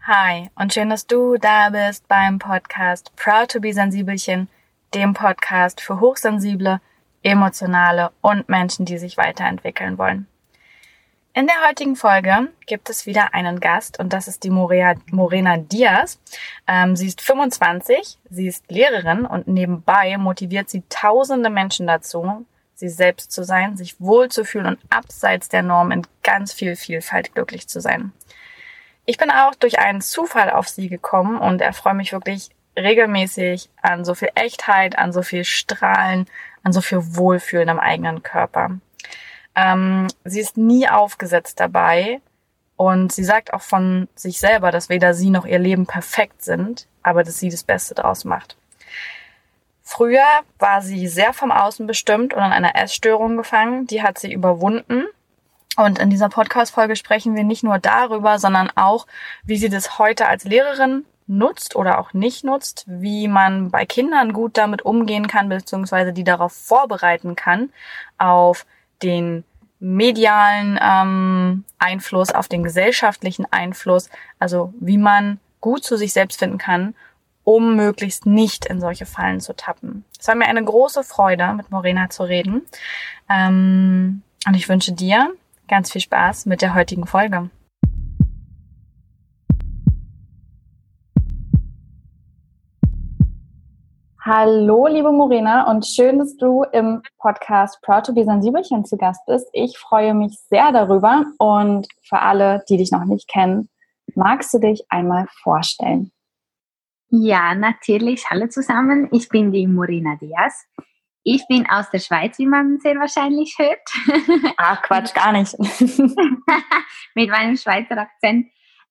Hi und schön, dass du da bist beim Podcast Proud to be Sensibelchen, dem Podcast für Hochsensible, Emotionale und Menschen, die sich weiterentwickeln wollen. In der heutigen Folge gibt es wieder einen Gast und das ist die Morena Diaz. Sie ist 25, sie ist Lehrerin und nebenbei motiviert sie tausende Menschen dazu, sie selbst zu sein, sich wohlzufühlen und abseits der Norm in ganz viel Vielfalt glücklich zu sein. Ich bin auch durch einen Zufall auf sie gekommen und erfreue mich wirklich regelmäßig an so viel Echtheit, an so viel Strahlen, an so viel Wohlfühlen im eigenen Körper. Sie ist nie aufgesetzt dabei und sie sagt auch von sich selber, dass weder sie noch ihr Leben perfekt sind, aber dass sie das Beste draus macht. Früher war sie sehr vom Außen bestimmt und an einer Essstörung gefangen. Die hat sie überwunden. Und in dieser Podcast-Folge sprechen wir nicht nur darüber, sondern auch, wie sie das heute als Lehrerin nutzt oder auch nicht nutzt, wie man bei Kindern gut damit umgehen kann, beziehungsweise die darauf vorbereiten kann, auf den medialen Einfluss, auf den gesellschaftlichen Einfluss, also wie man gut zu sich selbst finden kann, um möglichst nicht in solche Fallen zu tappen. Es war mir eine große Freude, mit Morena zu reden. Und ich wünsche dir ganz viel Spaß mit der heutigen Folge. Hallo, liebe Morena, und schön, dass du im Podcast Proud to be Sensibelchen zu Gast bist. Ich freue mich sehr darüber und für alle, die dich noch nicht kennen, magst du dich einmal vorstellen? Ja, natürlich. Hallo zusammen, ich bin die Morena Diaz. Ich bin aus der Schweiz, wie man sehr wahrscheinlich hört. Ach, Quatsch, gar nicht. Mit meinem Schweizer Akzent.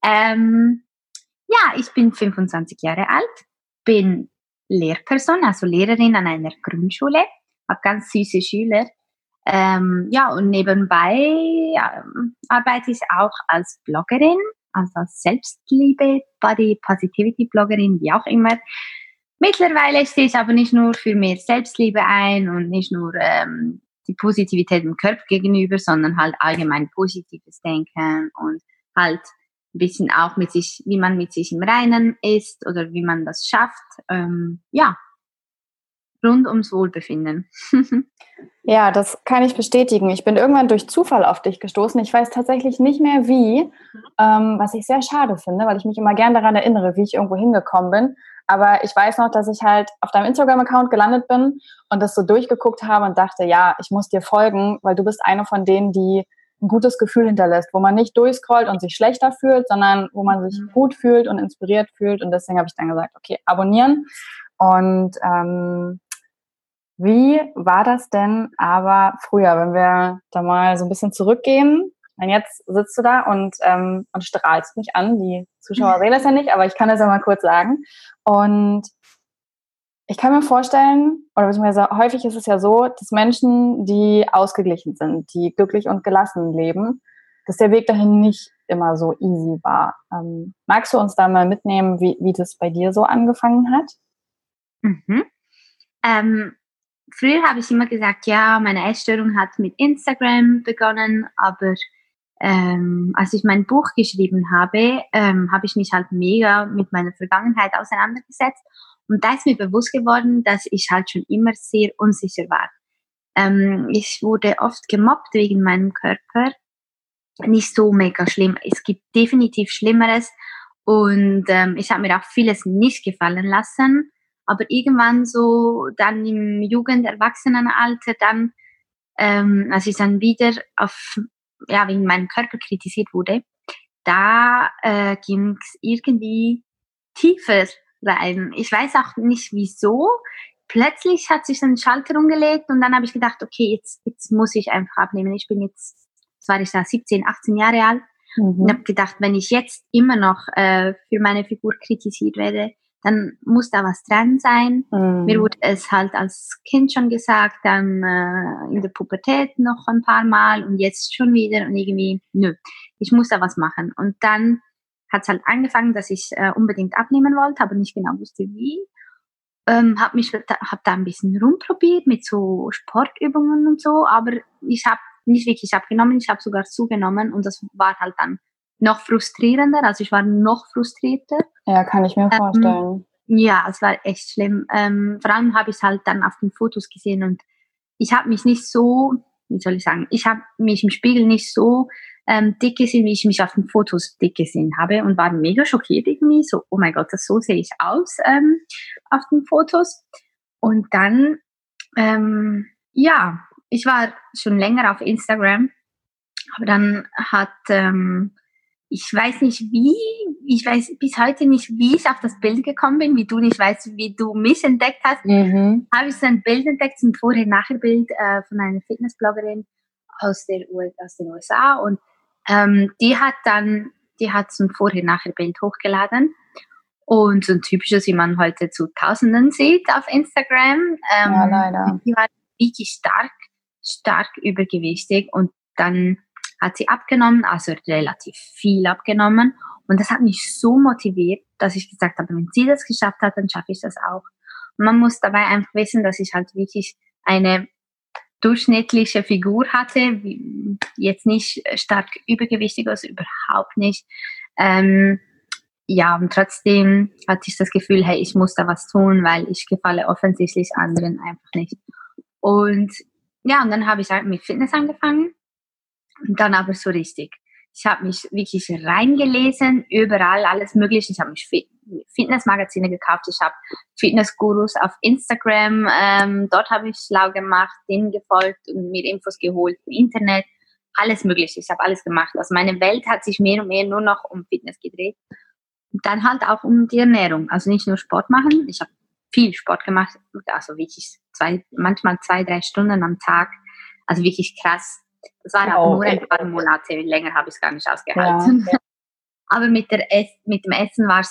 Ich bin 25 Jahre alt, bin Lehrperson, also Lehrerin an einer Grundschule, habe ganz süße Schüler. Und nebenbei arbeite ich auch als Bloggerin, also als Selbstliebe, Body Positivity Bloggerin, wie auch immer. Mittlerweile stehe ich aber nicht nur für mehr Selbstliebe ein und nicht nur die Positivität dem Körper gegenüber, sondern halt allgemein positives Denken und halt ein bisschen auch mit sich, wie man mit sich im Reinen ist oder wie man das schafft. Rund ums Wohlbefinden. Ja, das kann ich bestätigen. Ich bin irgendwann durch Zufall auf dich gestoßen. Ich weiß tatsächlich nicht mehr wie, was ich sehr schade finde, weil ich mich immer gern daran erinnere, wie ich irgendwo hingekommen bin. Aber ich weiß noch, dass ich halt auf deinem Instagram-Account gelandet bin und das so durchgeguckt habe und dachte, ja, ich muss dir folgen, weil du bist eine von denen, die ein gutes Gefühl hinterlässt, wo man nicht durchscrollt und sich schlechter fühlt, sondern wo man sich gut fühlt und inspiriert fühlt. Und deswegen habe ich dann gesagt, okay, abonnieren. Und wie war das denn aber früher, wenn wir da mal so ein bisschen zurückgehen? Und jetzt sitzt du da und strahlst mich an. Die Zuschauer sehen das ja nicht, aber ich kann das ja mal kurz sagen. Und ich kann mir vorstellen, oder beziehungsweise häufig ist es ja so, dass Menschen, die ausgeglichen sind, die glücklich und gelassen leben, dass der Weg dahin nicht immer so easy war. Magst du uns da mal mitnehmen, wie das bei dir so angefangen hat? Früher habe ich immer gesagt, ja, meine Essstörung hat mit Instagram begonnen, aber als ich mein Buch geschrieben habe, habe ich mich halt mega mit meiner Vergangenheit auseinandergesetzt und da ist mir bewusst geworden, dass ich halt schon immer sehr unsicher war. Ich wurde oft gemobbt wegen meinem Körper, nicht so mega schlimm, es gibt definitiv Schlimmeres und ich habe mir auch vieles nicht gefallen lassen. Aber irgendwann so dann im Jugend-Erwachsenenalter dann, als ich dann wieder wegen meinem Körper kritisiert wurde, da ging es irgendwie tiefer rein. Ich weiß auch nicht wieso. Plötzlich hat sich ein Schalter umgelegt und dann habe ich gedacht, okay, jetzt muss ich einfach abnehmen. War ich da 17, 18 Jahre alt und habe gedacht, wenn ich jetzt immer noch für meine Figur kritisiert werde, dann muss da was dran sein. Mir wurde es halt als Kind schon gesagt, dann in der Pubertät noch ein paar Mal und jetzt schon wieder und irgendwie, ich muss da was machen. Und dann hat es halt angefangen, dass ich unbedingt abnehmen wollte, aber nicht genau wusste wie. Hab da ein bisschen rumprobiert mit so Sportübungen und so, aber ich habe nicht wirklich abgenommen, ich habe sogar zugenommen und das war halt dann noch frustrierender, also ich war noch frustrierter. Ja, kann ich mir vorstellen. Ja, es war echt schlimm. Vor allem habe ich es halt dann auf den Fotos gesehen und ich habe mich nicht so, wie soll ich sagen, ich habe mich im Spiegel nicht so dick gesehen, wie ich mich auf den Fotos dick gesehen habe und war mega schockiert irgendwie, so, oh mein Gott, so sehe ich aus auf den Fotos. Und dann, ja, ich war schon länger auf Instagram, aber dann hat, ich weiß bis heute nicht, wie ich auf das Bild gekommen bin, wie du nicht weißt, wie du mich entdeckt hast, habe ich so ein Bild entdeckt, ein Vorher-Nachher-Bild von einer Fitnessbloggerin aus den USA und die hat so ein Vorher-Nachher-Bild hochgeladen und so ein typisches, wie man heute zu Tausenden sieht auf Instagram. Ja, leider. Die war wirklich stark übergewichtig und dann hat sie abgenommen, also relativ viel abgenommen. Und das hat mich so motiviert, dass ich gesagt habe, wenn sie das geschafft hat, dann schaffe ich das auch. Und man muss dabei einfach wissen, dass ich halt wirklich eine durchschnittliche Figur hatte, jetzt nicht stark übergewichtig, also überhaupt nicht. Ja, und trotzdem hatte ich das Gefühl, hey, ich muss da was tun, weil ich gefalle offensichtlich anderen einfach nicht. Und ja, und dann habe ich halt mit Fitness angefangen. Und dann aber so richtig. Ich habe mich wirklich reingelesen, überall, alles Mögliche. Ich habe mich Fitnessmagazine gekauft, ich habe Fitnessgurus auf Instagram, dort habe ich schlau gemacht, denen gefolgt und mir Infos geholt im Internet, alles Mögliche. Ich habe alles gemacht. Also meine Welt hat sich mehr und mehr nur noch um Fitness gedreht. Und dann halt auch um die Ernährung. Also nicht nur Sport machen. Ich habe viel Sport gemacht, also wirklich manchmal 2-3 Stunden am Tag. Also wirklich krass. Das waren auch nur ein paar Monate, länger habe ich es gar nicht ausgehalten. Ja. Aber mit dem Essen wurde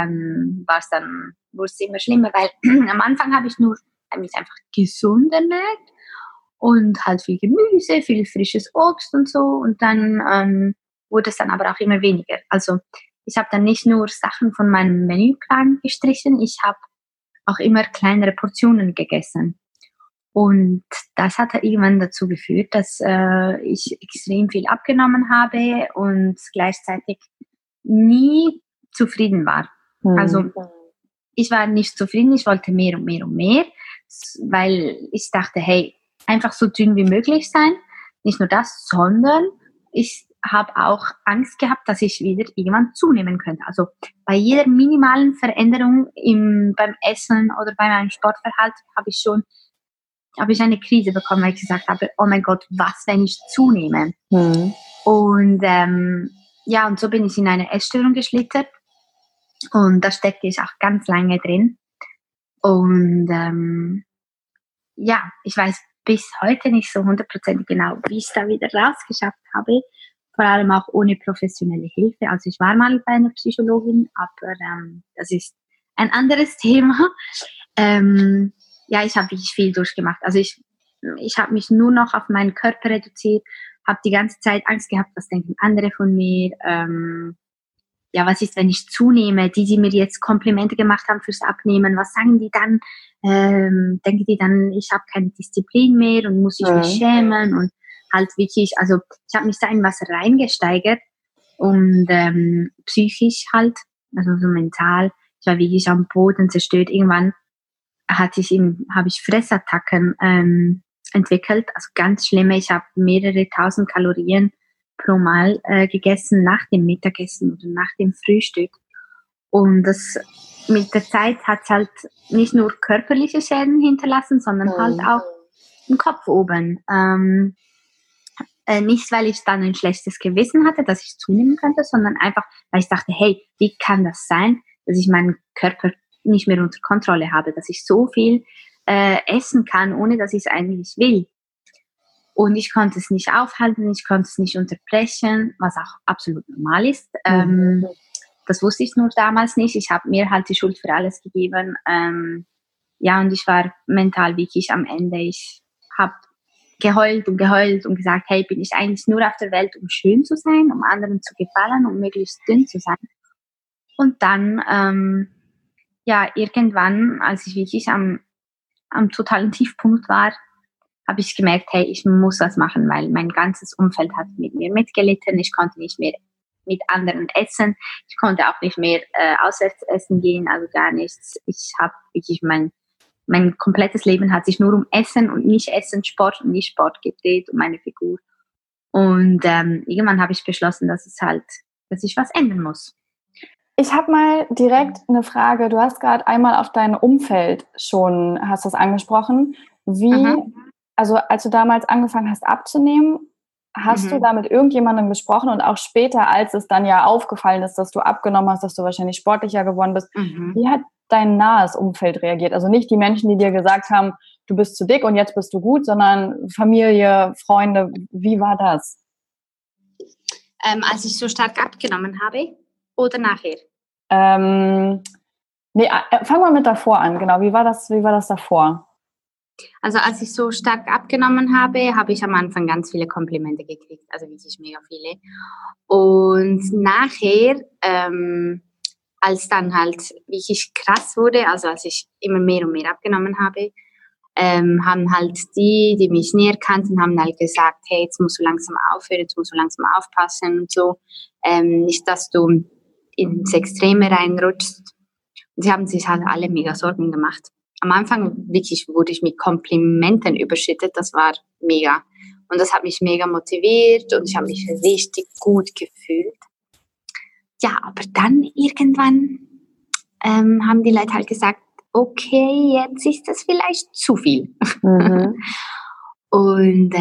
es immer schlimmer, weil am Anfang habe ich mich einfach gesund ernährt und halt viel Gemüse, viel frisches Obst und so und dann wurde es dann aber auch immer weniger. Also ich habe dann nicht nur Sachen von meinem Menüplan gestrichen, ich habe auch immer kleinere Portionen gegessen. Und das hat irgendwann dazu geführt, dass ich extrem viel abgenommen habe und gleichzeitig nie zufrieden war. Also ich war nicht zufrieden, ich wollte mehr und mehr und mehr, weil ich dachte, hey, einfach so dünn wie möglich sein. Nicht nur das, sondern ich habe auch Angst gehabt, dass ich wieder irgendwann zunehmen könnte. Also bei jeder minimalen Veränderung beim Essen oder bei meinem Sportverhalten habe ich eine Krise bekommen, weil ich gesagt habe, oh mein Gott, was, wenn ich zunehme? Und ja, und so bin ich in eine Essstörung geschlittert und da steckte ich auch ganz lange drin. Und ja, ich weiß bis heute nicht so 100% genau, wie ich es da wieder rausgeschafft habe, vor allem auch ohne professionelle Hilfe. Also ich war mal bei einer Psychologin, aber das ist ein anderes Thema. Ja, ich habe wirklich viel durchgemacht. Also ich habe mich nur noch auf meinen Körper reduziert, habe die ganze Zeit Angst gehabt, was denken andere von mir. Ja, was ist, wenn ich zunehme? Die mir jetzt Komplimente gemacht haben fürs Abnehmen, was sagen die dann? Denken die dann, ich habe keine Disziplin mehr und muss ich mich schämen? Und halt wirklich, also ich habe mich da in was reingesteigert und psychisch halt, also so mental, ich war wirklich am Boden zerstört. Irgendwann habe ich Fressattacken entwickelt, also ganz schlimme. Ich habe mehrere tausend Kalorien pro Mal gegessen nach dem Mittagessen oder nach dem Frühstück. Und das mit der Zeit hat es halt nicht nur körperliche Schäden hinterlassen, sondern halt auch im Kopf oben. Nicht, weil ich dann ein schlechtes Gewissen hatte, dass ich zunehmen könnte, sondern einfach, weil ich dachte, hey, wie kann das sein, dass ich meinen Körper nicht mehr unter Kontrolle habe, dass ich so viel essen kann, ohne dass ich es eigentlich will. Und ich konnte es nicht aufhalten, ich konnte es nicht unterbrechen, was auch absolut normal ist. Das wusste ich nur damals nicht. Ich habe mir halt die Schuld für alles gegeben. Ja, und ich war mental wirklich am Ende. Ich habe geheult und gesagt, hey, bin ich eigentlich nur auf der Welt, um schön zu sein, um anderen zu gefallen, um möglichst dünn zu sein. Und dann, ja, irgendwann, als ich wirklich am totalen Tiefpunkt war, habe ich gemerkt, hey, ich muss was machen, weil mein ganzes Umfeld hat mit mir mitgelitten. Ich konnte nicht mehr mit anderen essen. Ich konnte auch nicht mehr auswärts essen gehen, also gar nichts. Ich habe wirklich mein komplettes Leben hat sich nur um Essen und nicht Essen, Sport und nicht Sport gedreht, um meine Figur. Und irgendwann habe ich beschlossen, dass ich was ändern muss. Ich habe mal direkt eine Frage. Du hast gerade einmal auf dein Umfeld hast das angesprochen. Also als du damals angefangen hast abzunehmen, hast du da mit irgendjemandem gesprochen und auch später, als es dann ja aufgefallen ist, dass du abgenommen hast, dass du wahrscheinlich sportlicher geworden bist, wie hat dein nahes Umfeld reagiert? Also nicht die Menschen, die dir gesagt haben, du bist zu dick und jetzt bist du gut, sondern Familie, Freunde. Wie war das? Als ich so stark abgenommen habe oder nachher? Fangen wir mit davor an. Genau, wie war das davor? Also als ich so stark abgenommen habe, habe ich am Anfang ganz viele Komplimente gekriegt, also wirklich mega viele. Und nachher, als dann halt wirklich krass wurde, also als ich immer mehr und mehr abgenommen habe, haben halt die mich näher kannten, haben halt gesagt, hey, jetzt musst du langsam aufhören, jetzt musst du langsam aufpassen und so. Nicht, dass du ins Extreme reinrutschst. Und sie haben sich halt alle mega Sorgen gemacht. Am Anfang wirklich wurde ich mit Komplimenten überschüttet, das war mega. Und das hat mich mega motiviert und ich habe mich richtig gut gefühlt. Ja, aber dann irgendwann haben die Leute halt gesagt, okay, jetzt ist das vielleicht zu viel. Und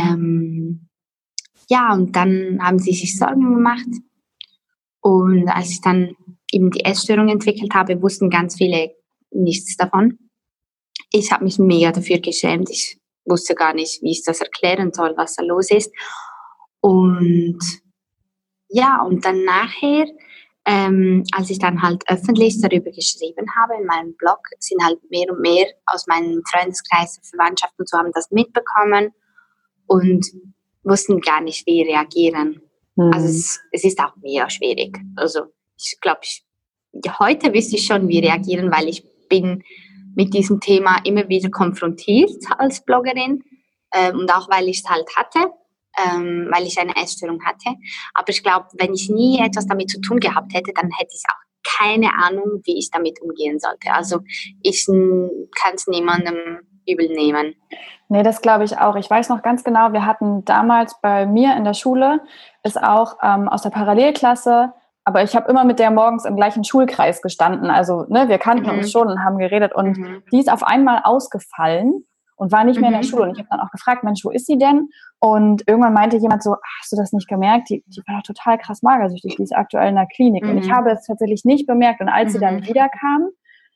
und dann haben sie sich Sorgen gemacht. Und als ich dann eben die Essstörung entwickelt habe, wussten ganz viele nichts davon. Ich habe mich mega dafür geschämt. Ich wusste gar nicht, wie ich das erklären soll, was da los ist. Und ja, und dann nachher, als ich dann halt öffentlich darüber geschrieben habe in meinem Blog, sind halt mehr und mehr aus meinem Freundeskreis, Verwandtschaft und so haben das mitbekommen und wussten gar nicht, wie reagieren. Also es ist auch mega schwierig. Also ich glaube, heute wüsste ich schon, wie reagieren, weil ich bin mit diesem Thema immer wieder konfrontiert als Bloggerin und auch weil ich es halt hatte, weil ich eine Essstörung hatte. Aber ich glaube, wenn ich nie etwas damit zu tun gehabt hätte, dann hätte ich auch keine Ahnung, wie ich damit umgehen sollte. Also ich kann es niemandem übel nehmen. Nee, das glaube ich auch. Ich weiß noch ganz genau, wir hatten damals bei mir in der Schule, ist auch aus der Parallelklasse, aber ich habe immer mit der morgens im gleichen Schulkreis gestanden. Also wir kannten uns schon und haben geredet. Und die ist auf einmal ausgefallen und war nicht mehr in der Schule. Und ich habe dann auch gefragt, Mensch, wo ist sie denn? Und irgendwann meinte jemand so, hast du das nicht gemerkt? Die war doch total krass magersüchtig, die ist aktuell in der Klinik. Und ich habe es tatsächlich nicht bemerkt. Und als sie dann wiederkam,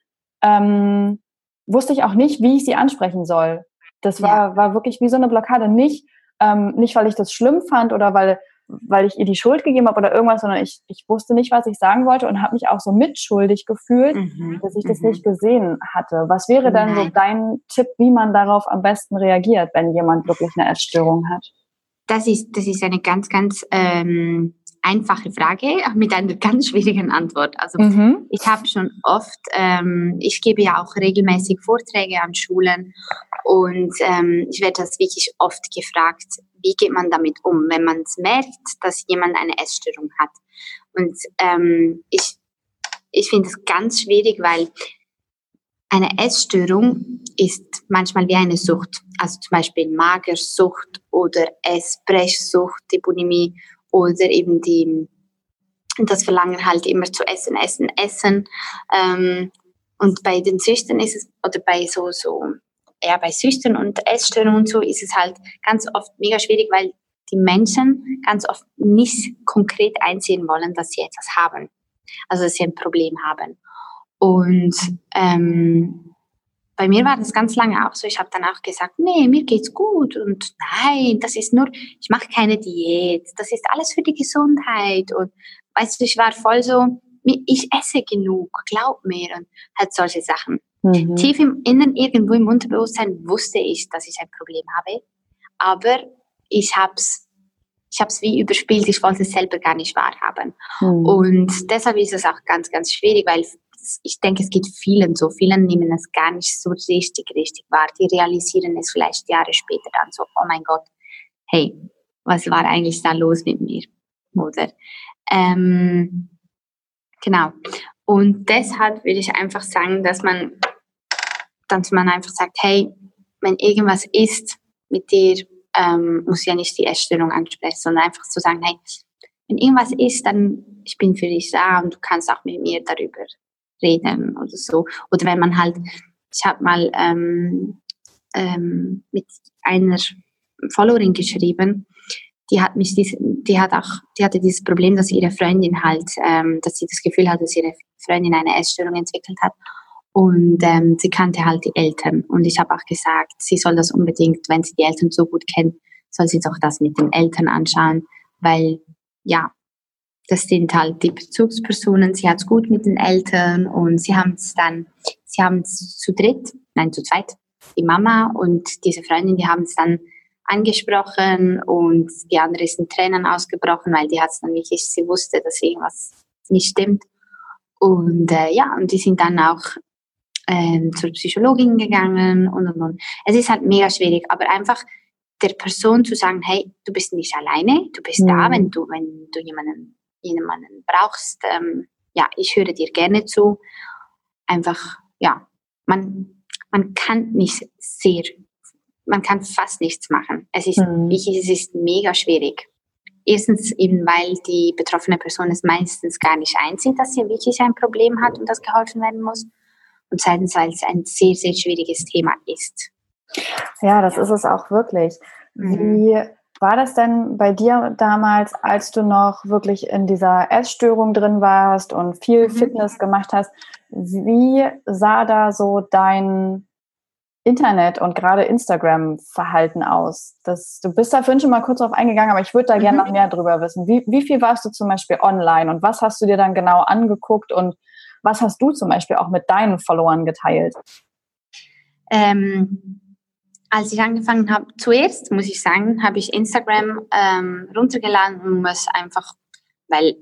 wusste ich auch nicht, wie ich sie ansprechen soll. Das war wirklich wie so eine Blockade. Nicht, weil ich das schlimm fand oder weil ich ihr die Schuld gegeben habe oder irgendwas, sondern ich wusste nicht, was ich sagen wollte und habe mich auch so mitschuldig gefühlt, dass ich das nicht gesehen hatte. Was wäre dann so dein Tipp, wie man darauf am besten reagiert, wenn jemand wirklich eine Essstörung hat? Das ist eine ganz, ganz einfache Frage mit einer ganz schwierigen Antwort. Also ich habe schon oft, ich gebe ja auch regelmäßig Vorträge an Schulen und ich werde das wirklich oft gefragt, wie geht man damit um, wenn man es merkt, dass jemand eine Essstörung hat. Und ich finde es ganz schwierig, weil eine Essstörung ist manchmal wie eine Sucht, also zum Beispiel Magersucht oder Essbrechsucht, die Bulimie oder eben das Verlangen halt immer zu essen. Und bei den Süchten ist es, oder bei bei Süchten und Essstörungen und so ist es halt ganz oft mega schwierig, weil die Menschen ganz oft nicht konkret einsehen wollen, dass sie etwas haben, also dass sie ein Problem haben. Und bei mir war das ganz lange auch so. Ich habe dann auch gesagt, nee, mir geht's gut und nein, das ist nur, ich mache keine Diät, das ist alles für die Gesundheit und weißt du, ich war voll so, ich esse genug, glaub mir und halt solche Sachen. Tief im Inneren, irgendwo im Unterbewusstsein wusste ich, dass ich ein Problem habe, aber ich hab's wie überspielt, ich wollte es selber gar nicht wahrhaben. Und deshalb ist es auch ganz, ganz schwierig, weil ich denke, es geht vielen so. Vielen nehmen es gar nicht so richtig wahr. Die realisieren es vielleicht Jahre später dann so, oh mein Gott, hey, was war eigentlich da los mit mir? Oder Genau. Und deshalb würde ich einfach sagen, dass man einfach sagt, hey, wenn irgendwas ist mit dir, muss ja nicht die Essstörung ansprechen, sondern einfach zu sagen, hey, wenn irgendwas ist, dann ich bin für dich da und du kannst auch mit mir darüber reden oder so. Oder wenn man halt, ich habe mal mit einer Followerin geschrieben, die hatte dieses Problem, dass ihre Freundin halt, dass sie das Gefühl hat, dass ihre Freundin eine Essstörung entwickelt hat. Und sie kannte halt die Eltern. Und ich habe auch gesagt, sie soll das unbedingt, wenn sie die Eltern so gut kennt, soll sie doch das mit den Eltern anschauen, weil ja, das sind halt die Bezugspersonen. Sie hat es gut mit den Eltern und sie haben es zu zweit, die Mama und diese Freundin, die haben es dann angesprochen und die andere ist in Tränen ausgebrochen, weil die hat es dann wirklich, sie wusste, dass irgendwas nicht stimmt. Und und die sind dann auch zur Psychologin gegangen und. Es ist halt mega schwierig, aber einfach der Person zu sagen, hey, du bist nicht alleine, du bist da, wenn du jemanden brauchst, ich höre dir gerne zu. Einfach, ja, man kann fast nichts machen. Es ist mega schwierig. Erstens eben, weil die betroffene Person es meistens gar nicht einsieht, dass sie wirklich ein Problem hat und das geholfen werden muss. Und zweitens, weil es ein sehr, sehr schwieriges Thema ist. Ja, das ist es auch wirklich. Wie war das denn bei dir damals, als du noch wirklich in dieser Essstörung drin warst und viel Fitness gemacht hast? Wie sah da so dein Internet- und gerade Instagram-Verhalten aus? Du bist da vorhin schon mal kurz drauf eingegangen, aber ich würde da gerne noch mehr drüber wissen. Wie viel warst du zum Beispiel online und was hast du dir dann genau angeguckt und was hast du zum Beispiel auch mit deinen Followern geteilt? Als ich angefangen habe, zuerst, muss ich sagen, habe ich Instagram runtergeladen und es einfach, weil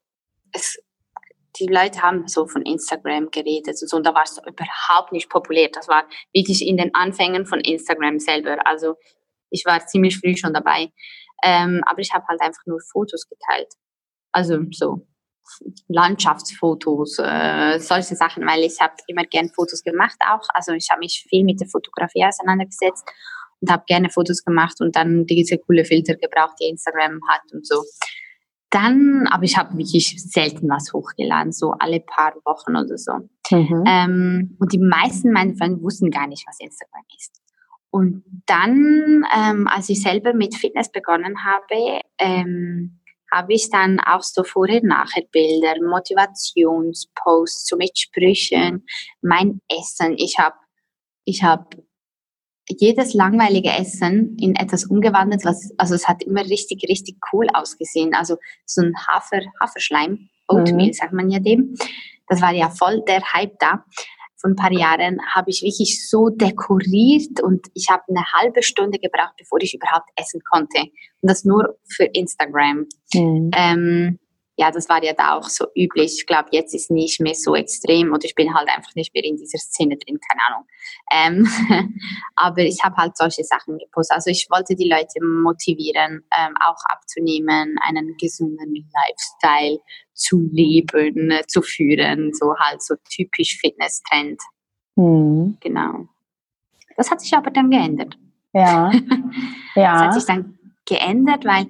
die Leute haben so von Instagram geredet und so, und da war es überhaupt nicht populär. Das war wirklich in den Anfängen von Instagram selber. Also ich war ziemlich früh schon dabei. Aber ich habe halt einfach nur Fotos geteilt. Also so Landschaftsfotos, solche Sachen, weil ich habe immer gern Fotos gemacht auch. Also ich habe mich viel mit der Fotografie auseinandergesetzt und habe gerne Fotos gemacht und dann diese coole Filter gebraucht, die Instagram hat und so. Aber ich habe wirklich selten was hochgeladen, so alle paar Wochen oder so. Und die meisten meiner Freunde wussten gar nicht, was Instagram ist. Und dann, als ich selber mit Fitness begonnen habe, habe ich dann auch so Vorher-Nachher-Bilder, Motivationsposts, so mit Sprüchen, mein Essen. Ich habe jedes langweilige Essen in etwas umgewandelt, also es hat immer richtig, richtig cool ausgesehen. Also so ein Haferschleim, Oatmeal sagt man ja dem. Das war ja voll der Hype da. Vor ein paar Jahren habe ich wirklich so dekoriert und ich habe eine halbe Stunde gebraucht, bevor ich überhaupt essen konnte. Und das nur für Instagram. Das war ja da auch so üblich. Ich glaube, jetzt ist nicht mehr so extrem oder ich bin halt einfach nicht mehr in dieser Szene drin, keine Ahnung. Aber ich habe halt solche Sachen gepostet. Also ich wollte die Leute motivieren, auch abzunehmen, einen gesunden Lifestyle zu leben, zu führen, so halt so typisch Fitness-Trend. Genau. Das hat sich aber dann geändert. Ja. Das hat sich dann geändert, weil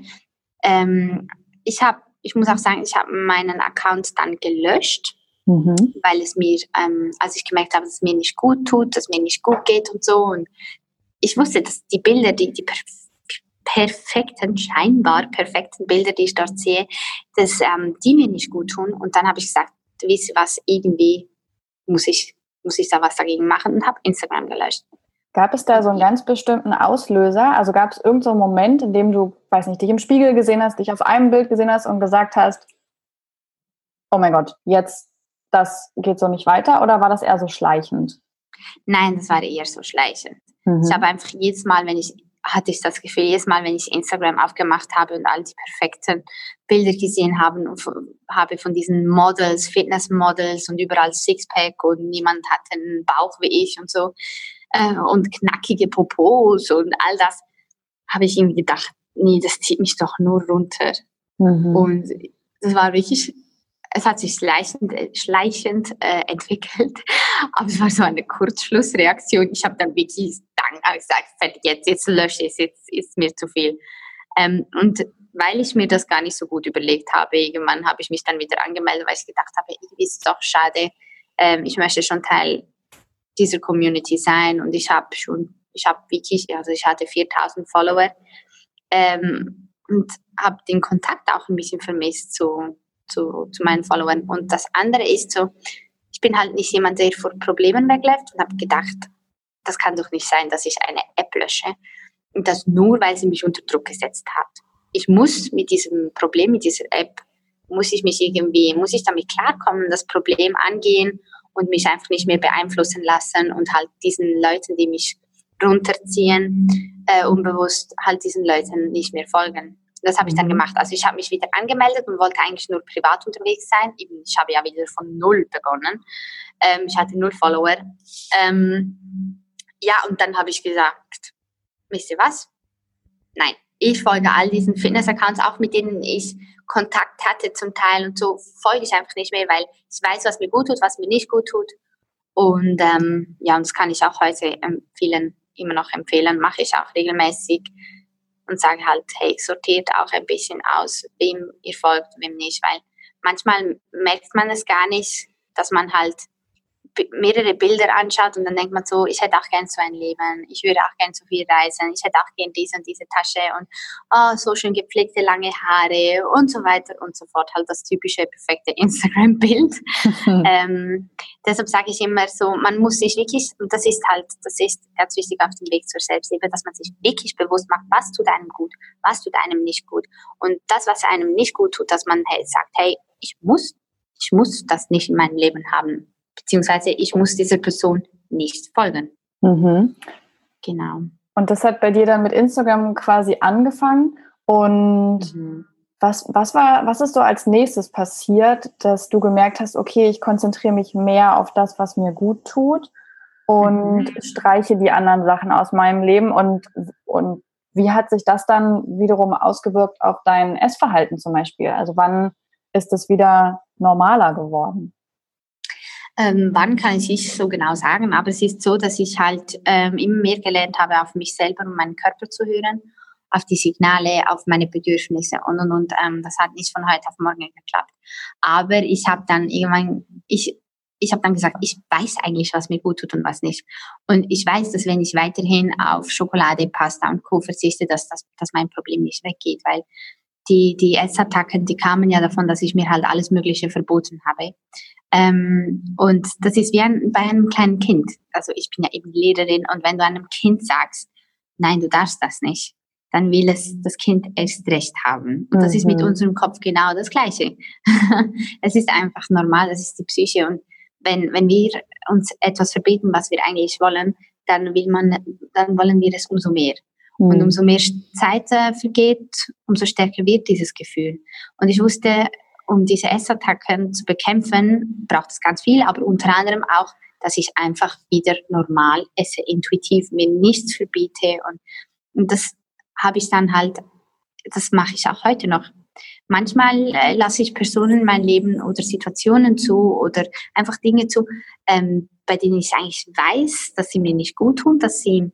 ich muss auch sagen, ich habe meinen Account dann gelöscht, weil es mir, als ich gemerkt habe, dass es mir nicht gut tut, dass es mir nicht gut geht und so. Und ich wusste, dass die Bilder, die scheinbar perfekten Bilder, die ich dort sehe, dass die mir nicht gut tun. Und dann habe ich gesagt, wisst ihr was, irgendwie muss ich da was dagegen machen und habe Instagram gelöscht. Gab es da so einen ganz bestimmten Auslöser? Also gab es irgend so einen Moment, in dem du, weiß nicht, dich im Spiegel gesehen hast, dich auf einem Bild gesehen hast und gesagt hast, oh mein Gott, jetzt, das geht so nicht weiter? Oder war das eher so schleichend? Nein, das war eher so schleichend. Ich habe einfach jedes Mal, wenn ich Instagram aufgemacht habe und all die perfekten Bilder gesehen habe von diesen Models, Fitnessmodels und überall Sixpack und niemand hat einen Bauch wie ich und so und knackige Popos und all das, habe ich irgendwie gedacht, nee, das zieht mich doch nur runter. Und das war wirklich, es hat sich schleichend entwickelt, aber es war so eine Kurzschlussreaktion. Ich habe dann wirklich gesagt, fertig, jetzt lösche ich es, jetzt ist mir zu viel. Und weil ich mir das gar nicht so gut überlegt habe, irgendwann habe ich mich dann wieder angemeldet, weil ich gedacht habe, irgendwie ist es doch schade, ich möchte schon Teil dieser Community sein und ich hatte 4.000 Follower und habe den Kontakt auch ein bisschen vermisst zu meinen Followern. Und das andere ist so, ich bin halt nicht jemand, der vor Problemen wegläuft und habe gedacht, das kann doch nicht sein, dass ich eine App lösche und das nur, weil sie mich unter Druck gesetzt hat. Ich muss mit diesem Problem, mit dieser App, muss ich damit klarkommen, das Problem angehen und mich einfach nicht mehr beeinflussen lassen und halt diesen Leuten, die mich runterziehen, unbewusst halt diesen Leuten nicht mehr folgen. Das habe ich dann gemacht. Also ich habe mich wieder angemeldet und wollte eigentlich nur privat unterwegs sein. Ich habe ja wieder von 0 begonnen. Ich hatte 0 Follower. Ja, und dann habe ich gesagt, wisst ihr was? Nein, ich folge all diesen Fitness-Accounts, auch mit denen ich Kontakt hatte zum Teil und so, folge ich einfach nicht mehr, weil ich weiß, was mir gut tut, was mir nicht gut tut. Und und das kann ich auch heute vielen immer noch empfehlen, mache ich auch regelmäßig und sage halt, hey, sortiert auch ein bisschen aus, wem ihr folgt, wem nicht, weil manchmal merkt man es gar nicht, dass man halt mehrere Bilder anschaut und dann denkt man so, ich hätte auch gern so ein Leben, ich würde auch gern so viel reisen, ich hätte auch gern diese und diese Tasche und so schön gepflegte lange Haare und so weiter und so fort, halt das typische perfekte Instagram-Bild. Deshalb sage ich immer so, man muss sich wirklich, und das ist ganz wichtig auf dem Weg zur Selbstliebe, dass man sich wirklich bewusst macht, was tut einem gut, was tut einem nicht gut. Und das, was einem nicht gut tut, dass man sagt, hey, ich muss das nicht in meinem Leben haben. Beziehungsweise ich muss dieser Person nicht folgen. Mhm. Genau. Und das hat bei dir dann mit Instagram quasi angefangen. Und was ist so als nächstes passiert, dass du gemerkt hast, okay, ich konzentriere mich mehr auf das, was mir gut tut und streiche die anderen Sachen aus meinem Leben und wie hat sich das dann wiederum ausgewirkt auf dein Essverhalten zum Beispiel? Also wann ist es wieder normaler geworden? Wann kann ich nicht so genau sagen, aber es ist so, dass ich halt immer mehr gelernt habe, auf mich selber und meinen Körper zu hören, auf die Signale, auf meine Bedürfnisse und. Das hat nicht von heute auf morgen geklappt. Aber ich habe dann irgendwann, ich habe dann gesagt, ich weiß eigentlich, was mir gut tut und was nicht. Und ich weiß, dass wenn ich weiterhin auf Schokolade, Pasta und Co. verzichte, dass mein Problem nicht weggeht, weil die Essattacken, die kamen ja davon, dass ich mir halt alles Mögliche verboten habe. Und das ist wie bei einem kleinen Kind. Also ich bin ja eben Lehrerin und wenn du einem Kind sagst, nein, du darfst das nicht, dann will das Kind erst recht haben. Und das ist mit unserem Kopf genau das Gleiche. Es ist einfach normal, das ist die Psyche. Und wenn wir uns etwas verbieten, was wir eigentlich wollen, dann wollen wir es umso mehr. Und umso mehr Zeit vergeht, umso stärker wird dieses Gefühl. Und ich wusste, um diese Essattacken zu bekämpfen, braucht es ganz viel, aber unter anderem auch, dass ich einfach wieder normal esse, intuitiv, mir nichts verbiete. Und das habe ich dann halt, das mache ich auch heute noch. Manchmal lasse ich Personen in mein Leben oder Situationen zu oder einfach Dinge zu, bei denen ich eigentlich weiß, dass sie mir nicht gut tun, dass sie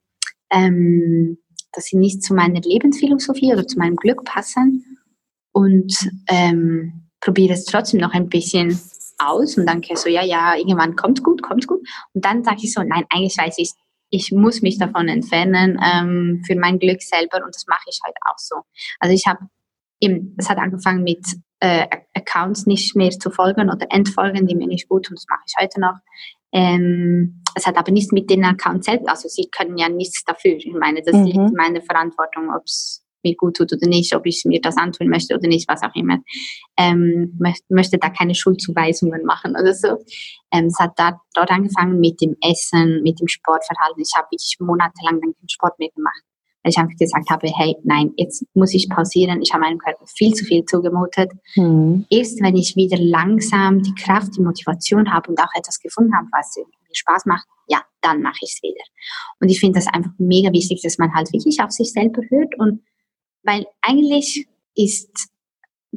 nicht zu meiner Lebensphilosophie oder zu meinem Glück passen und probiere es trotzdem noch ein bisschen aus und denke so, ja, irgendwann kommt gut. Und dann sage ich so, nein, eigentlich weiß ich muss mich davon entfernen für mein Glück selber und das mache ich halt auch so. Also es hat angefangen mit Accounts nicht mehr zu folgen oder entfolgen, die mir nicht gut tun, das mache ich heute noch. Es hat aber nichts mit den Accounts selbst, also sie können ja nichts dafür. Ich meine, das liegt in meiner Verantwortung, ob es mir gut tut oder nicht, ob ich mir das antun möchte oder nicht, was auch immer. Möchte da keine Schuldzuweisungen machen oder so. Es hat dort angefangen mit dem Essen, mit dem Sportverhalten. Ich habe wirklich monatelang dann keinen Sport mehr gemacht, weil ich einfach gesagt habe, hey, nein, jetzt muss ich pausieren. Ich habe meinem Körper viel zu viel zugemutet. Erst wenn ich wieder langsam die Kraft, die Motivation habe und auch etwas gefunden habe, was mir Spaß macht, ja, dann mache ich es wieder. Und ich finde das einfach mega wichtig, dass man halt wirklich auf sich selber hört und weil eigentlich ist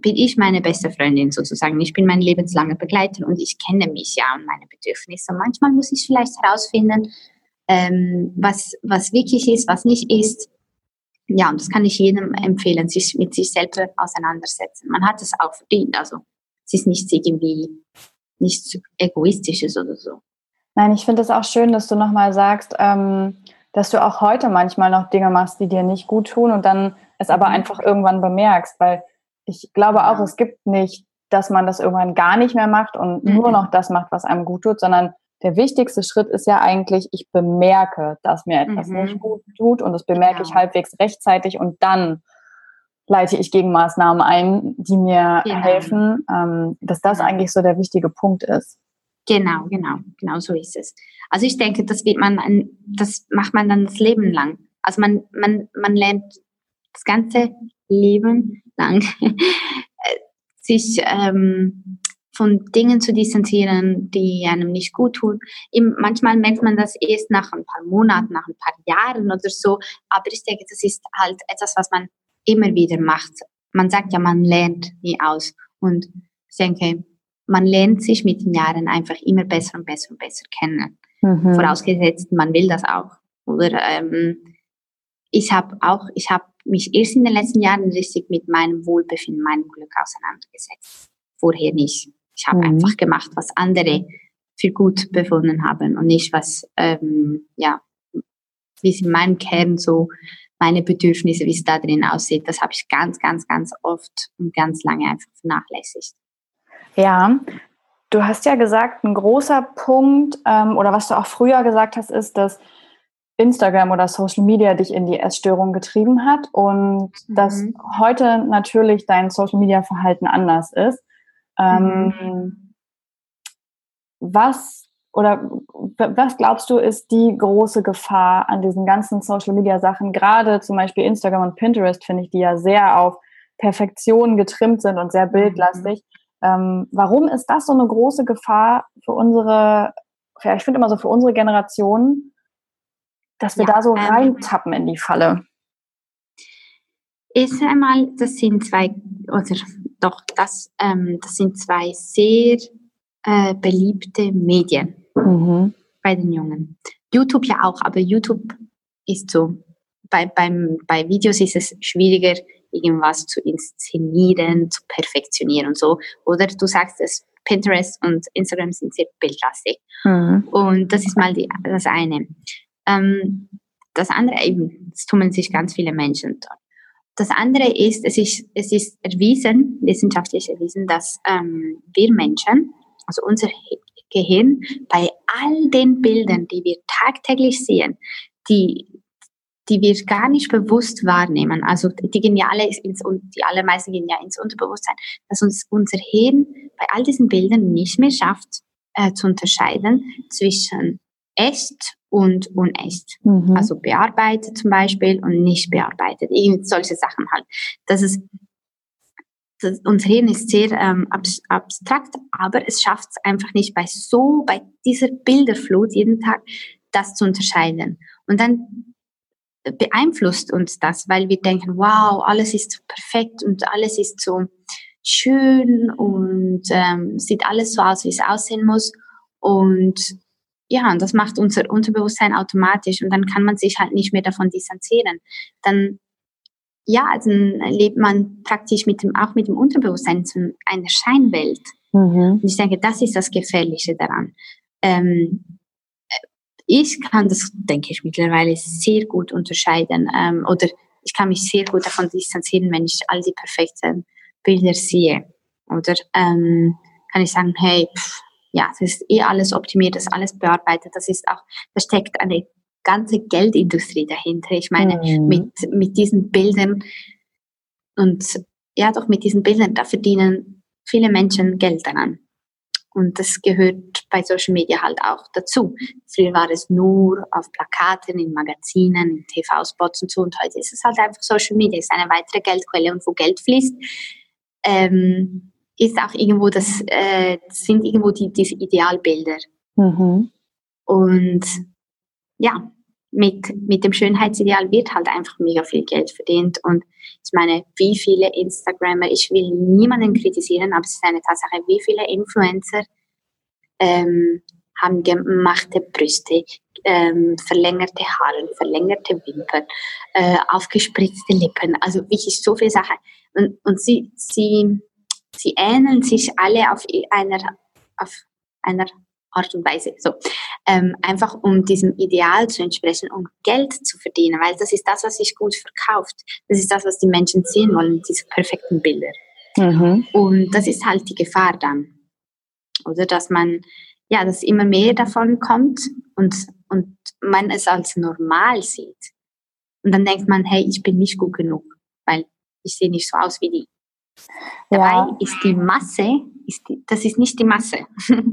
bin ich meine beste Freundin sozusagen. Ich bin mein lebenslanger Begleiter und ich kenne mich ja und meine Bedürfnisse. Und manchmal muss ich vielleicht herausfinden, was wirklich ist, was nicht ist. Ja, und das kann ich jedem empfehlen, sich mit sich selber auseinandersetzen. Man hat es auch verdient. Also es ist nichts irgendwie, nichts Egoistisches oder so. Nein, ich finde es auch schön, dass du nochmal sagst, dass du auch heute manchmal noch Dinge machst, die dir nicht gut tun und dann es aber einfach irgendwann bemerkst, weil ich glaube auch, es gibt nicht, dass man das irgendwann gar nicht mehr macht und nur noch das macht, was einem gut tut, sondern der wichtigste Schritt ist ja eigentlich, ich bemerke, dass mir etwas nicht gut tut und das bemerke ich halbwegs rechtzeitig und dann leite ich Gegenmaßnahmen ein, die mir helfen, dass das eigentlich so der wichtige Punkt ist. Genau so ist es. Also ich denke, das macht man dann das Leben lang. Also man lernt das ganze Leben lang sich von Dingen zu distanzieren, die einem nicht gut tun. Manchmal merkt man das erst nach ein paar Monaten, nach ein paar Jahren oder so, aber ich denke, das ist halt etwas, was man immer wieder macht. Man sagt ja, man lernt nie aus und ich denke, man lernt sich mit den Jahren einfach immer besser und besser und besser kennen. Vorausgesetzt, man will das auch. Oder ich habe mich erst in den letzten Jahren richtig mit meinem Wohlbefinden, meinem Glück auseinandergesetzt. Vorher nicht. Ich habe einfach gemacht, was andere für gut befunden haben und nicht was, wie es in meinem Kern so, meine Bedürfnisse, wie es da drin aussieht. Das habe ich ganz, ganz, ganz oft und ganz lange einfach vernachlässigt. Ja, du hast ja gesagt, ein großer Punkt, oder was du auch früher gesagt hast, ist, dass Instagram oder Social Media dich in die Essstörung getrieben hat und dass heute natürlich dein Social Media Verhalten anders ist. Was glaubst du, ist die große Gefahr an diesen ganzen Social Media Sachen? Gerade zum Beispiel Instagram und Pinterest, finde ich, die ja sehr auf Perfektion getrimmt sind und sehr bildlastig. Warum ist das so eine große Gefahr für unsere Generation, dass wir da so reintappen in die Falle? Erst einmal, das sind zwei sehr beliebte Medien bei den Jungen. YouTube ja auch, aber YouTube ist so, bei Videos ist es schwieriger, irgendwas zu inszenieren, zu perfektionieren und so. Oder du sagst es, Pinterest und Instagram sind sehr bildlastig. Und das ist mal das eine. Das andere eben, es tummeln sich ganz viele Menschen dort. Das andere ist, es ist erwiesen, wissenschaftlich erwiesen, dass wir Menschen, also unser Gehirn, bei all den Bildern, die wir tagtäglich sehen, die wir gar nicht bewusst wahrnehmen, also die gehen ja alle die allermeisten gehen ja ins Unterbewusstsein, dass uns unser Hirn bei all diesen Bildern nicht mehr schafft, zu unterscheiden zwischen echt und unecht. Also bearbeitet zum Beispiel und nicht bearbeitet. Irgendwie solche Sachen halt. Unser Hirn ist sehr abstrakt, aber es schafft es einfach nicht bei dieser Bilderflut jeden Tag, das zu unterscheiden. Und dann beeinflusst uns das, weil wir denken, wow, alles ist so perfekt und alles ist so schön und sieht alles so aus, wie es aussehen muss. Und ja, und das macht unser Unterbewusstsein automatisch und dann kann man sich halt nicht mehr davon distanzieren. Dann lebt man praktisch auch mit dem Unterbewusstsein in einer Scheinwelt. Und ich denke, das ist das Gefährliche daran. Ich kann das, denke ich, mittlerweile sehr gut unterscheiden. Oder ich kann mich sehr gut davon distanzieren, wenn ich all die perfekten Bilder sehe. Oder kann ich sagen, hey, das ist alles optimiert, das ist alles bearbeitet. Da steckt eine ganze Geldindustrie dahinter. Ich meine, mit diesen Bildern mit diesen Bildern, da verdienen viele Menschen Geld daran. Und das gehört bei Social Media halt auch dazu. Früher war es nur auf Plakaten, in Magazinen, in TV-Spots und so. Und heute ist es halt einfach Social Media, ist eine weitere Geldquelle. Und wo Geld fließt, ist auch irgendwo sind irgendwo diese Idealbilder. Und ja, mit dem Schönheitsideal wird halt einfach mega viel Geld verdient. Und ich meine, wie viele Instagrammer, ich will niemanden kritisieren, aber es ist eine Tatsache, wie viele Influencer haben gemachte Brüste, verlängerte Haare, verlängerte Wimpern, aufgespritzte Lippen, also wirklich so viele Sachen. Und sie ähneln sich alle auf einer Art und Weise, so. Einfach um diesem Ideal zu entsprechen, um Geld zu verdienen, weil das ist das, was sich gut verkauft. Das ist das, was die Menschen sehen wollen, diese perfekten Bilder. Mhm. Und das ist halt die Gefahr dann. Oder dass dass immer mehr davon kommt und man es als normal sieht. Und dann denkt man, hey, ich bin nicht gut genug, weil ich sehe nicht so aus wie die. Dabei ist die Masse, das ist nicht die Masse.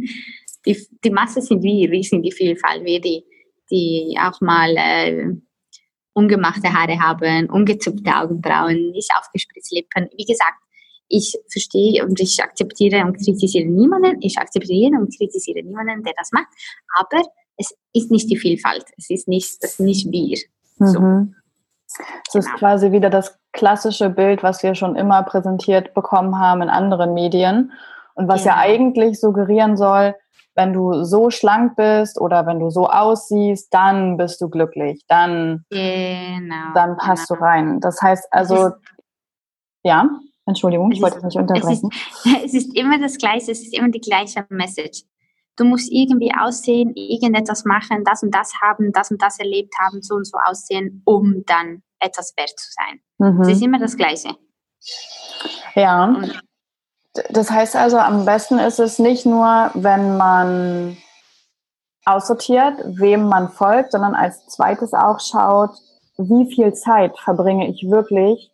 Die Masse sind wir sind die Vielfalt, wir, die auch mal ungemachte Haare haben, ungezupfte Augenbrauen, nicht aufgespritzte Lippen. Wie gesagt, ich verstehe und ich akzeptiere und kritisiere niemanden. Ich akzeptiere und kritisiere niemanden, der das macht. Aber es ist nicht die Vielfalt. Das ist nicht wir. So. Mhm. Es ist quasi wieder das klassische Bild, was wir schon immer präsentiert bekommen haben in anderen Medien. Und was ja eigentlich suggerieren soll, wenn du so schlank bist oder wenn du so aussiehst, dann bist du glücklich. Dann passt du rein. Das heißt also, Entschuldigung, ich wollte es nicht unterbrechen. Es ist immer das Gleiche, es ist immer die gleiche Message. Du musst irgendwie aussehen, irgendetwas machen, das und das haben, das und das erlebt haben, so und so aussehen, um dann etwas wert zu sein. Mhm. Es ist immer das Gleiche. Ja, das heißt also, am besten ist es nicht nur, wenn man aussortiert, wem man folgt, sondern als zweites auch schaut, wie viel Zeit verbringe ich wirklich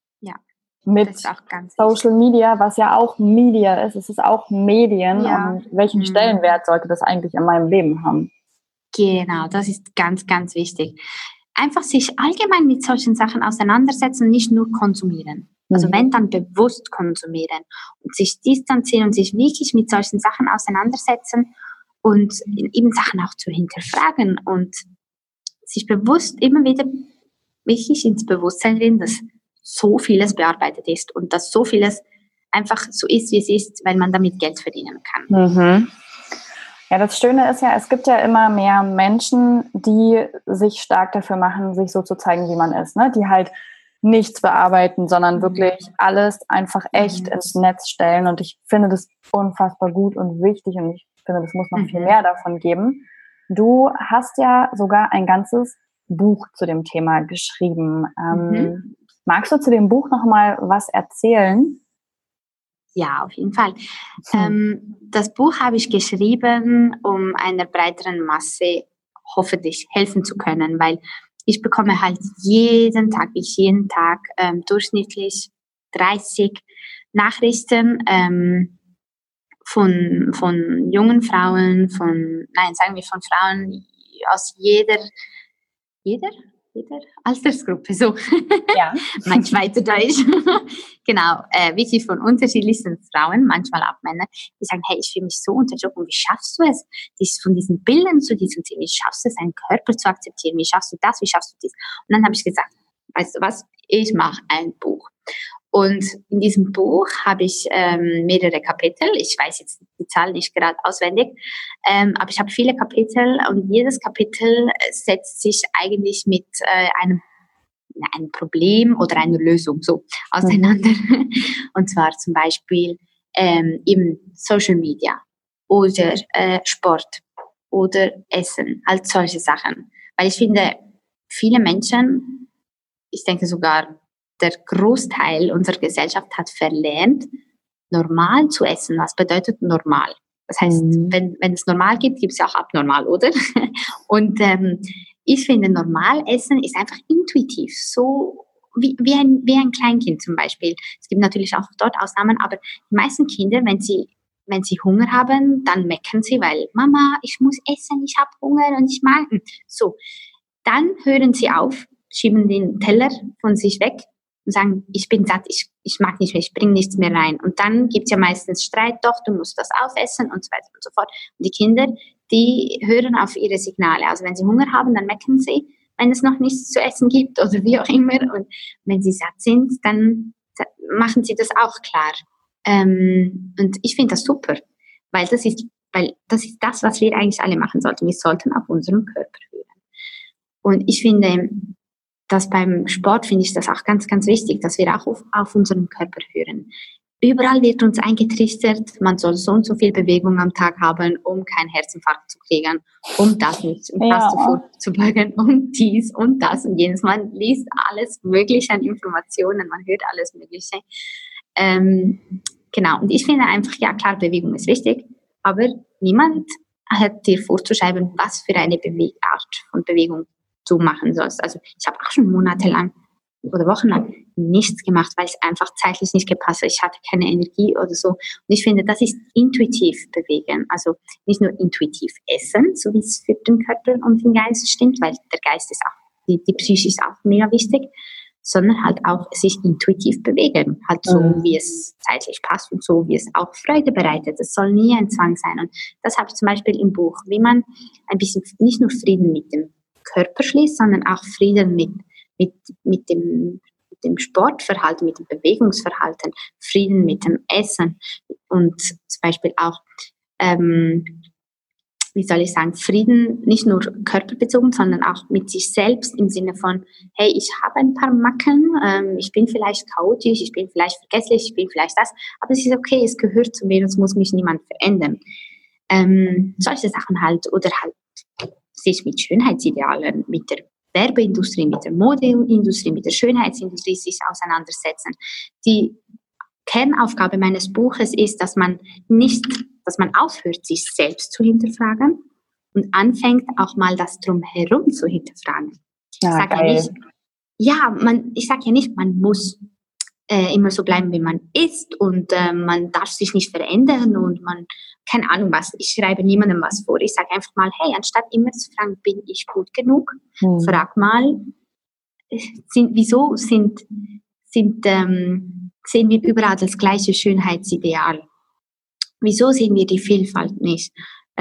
mit Social Media, was ja auch Media ist, es ist auch Medien, und welchen Stellenwert sollte das eigentlich in meinem Leben haben? Genau, das ist ganz, ganz wichtig. Einfach sich allgemein mit solchen Sachen auseinandersetzen, nicht nur konsumieren. Also wenn, dann bewusst konsumieren und sich distanzieren und sich wirklich mit solchen Sachen auseinandersetzen und eben Sachen auch zu hinterfragen und sich bewusst immer wieder wirklich ins Bewusstsein bringen, dass so vieles bearbeitet ist und dass so vieles einfach so ist, wie es ist, weil man damit Geld verdienen kann. Mhm. Ja, das Schöne ist ja, es gibt ja immer mehr Menschen, die sich stark dafür machen, sich so zu zeigen, wie man ist, ne? Die halt nichts bearbeiten, sondern wirklich alles einfach echt ins Netz stellen. Und ich finde das unfassbar gut und wichtig und ich finde, es muss noch viel mehr davon geben. Du hast ja sogar ein ganzes Buch zu dem Thema geschrieben. Magst du zu dem Buch noch mal was erzählen? Ja, auf jeden Fall. Das Buch habe ich geschrieben, um einer breiteren Masse hoffentlich helfen zu können, weil ich bekomme halt jeden Tag durchschnittlich 30 Nachrichten von jungen Frauen, von Frauen aus jeder Altersgruppe, so. Ja. Mein Schweizerdeutsch. Genau, wirklich von unterschiedlichsten Frauen, manchmal auch Männer, die sagen, hey, ich fühle mich so unter Druck und wie schaffst du es, von diesen Bildern zu distanzieren, wie schaffst du es, deinen Körper zu akzeptieren, wie schaffst du das, wie schaffst du dies? Und dann habe ich gesagt, weißt du was, ich mache ein Buch. Und in diesem Buch habe ich mehrere Kapitel. Ich weiß jetzt die Zahl nicht gerade auswendig, aber ich habe viele Kapitel und jedes Kapitel setzt sich eigentlich mit einem Problem oder einer Lösung so auseinander. Und zwar zum Beispiel eben Social Media oder Sport oder Essen, halt solche Sachen. Weil ich finde, viele Menschen, ich denke sogar der Großteil unserer Gesellschaft hat verlernt, normal zu essen. Was bedeutet normal? Das heißt, wenn es normal gibt, gibt es ja auch abnormal, oder? Und ich finde, normal essen ist einfach intuitiv, so wie ein Kleinkind zum Beispiel. Es gibt natürlich auch dort Ausnahmen, aber die meisten Kinder, wenn sie Hunger haben, dann meckern sie, weil Mama, ich muss essen, ich habe Hunger und ich mag. So, dann hören sie auf, schieben den Teller von sich weg und sagen, ich bin satt, ich mag nicht mehr, ich bringe nichts mehr rein. Und dann gibt es ja meistens Streit, doch, du musst das aufessen und so weiter und so fort. Und die Kinder, die hören auf ihre Signale. Also wenn sie Hunger haben, dann meckern sie, wenn es noch nichts zu essen gibt oder wie auch immer. Und wenn sie satt sind, dann machen sie das auch klar. Und ich finde das super, weil das ist das, was wir eigentlich alle machen sollten. Wir sollten auf unseren Körper hören. Und ich finde, dass beim Sport finde ich das auch ganz, ganz wichtig, dass wir auch auf unseren Körper hören. Überall wird uns eingetrichtert, man soll so und so viel Bewegung am Tag haben, um keinen Herzinfarkt zu kriegen, um das nicht, um das vorzubeugen, um dies und das und jenes. Man liest alles Mögliche an Informationen, man hört alles Mögliche. Genau, und ich finde einfach, ja klar, Bewegung ist wichtig, aber niemand hat dir vorzuschreiben, was für eine Art von Bewegung du machen sollst. Also ich habe auch schon monatelang oder wochenlang nichts gemacht, weil es einfach zeitlich nicht gepasst hat. Ich hatte keine Energie oder so. Und ich finde, das ist intuitiv bewegen. Also nicht nur intuitiv essen, so wie es für den Körper und den Geist stimmt, weil der Geist ist auch, die Psyche ist auch mega wichtig, sondern halt auch sich intuitiv bewegen. Halt so, wie es zeitlich passt und so, wie es auch Freude bereitet. Es soll nie ein Zwang sein. Und das habe ich zum Beispiel im Buch, wie man ein bisschen nicht nur Frieden mit dem Körper schließt, sondern auch Frieden mit dem Sportverhalten, mit dem Bewegungsverhalten, Frieden mit dem Essen und zum Beispiel auch, Frieden nicht nur körperbezogen, sondern auch mit sich selbst im Sinne von, hey, ich habe ein paar Macken, ich bin vielleicht chaotisch, ich bin vielleicht vergesslich, ich bin vielleicht das, aber es ist okay, es gehört zu mir, es muss mich niemand verändern. Solche Sachen halt, oder halt sich mit Schönheitsidealen, mit der Werbeindustrie, mit der Modeindustrie, mit der Schönheitsindustrie sich auseinandersetzen. Die Kernaufgabe meines Buches ist, dass man aufhört, sich selbst zu hinterfragen und anfängt auch mal das Drumherum zu hinterfragen. Ich sage ja nicht, man muss immer so bleiben, wie man ist und man darf sich nicht verändern und man, keine Ahnung was, ich schreibe niemandem was vor. Ich sage einfach mal, hey, anstatt immer zu fragen, bin ich gut genug, frag mal, wieso sehen wir überall das gleiche Schönheitsideal? Wieso sehen wir die Vielfalt nicht?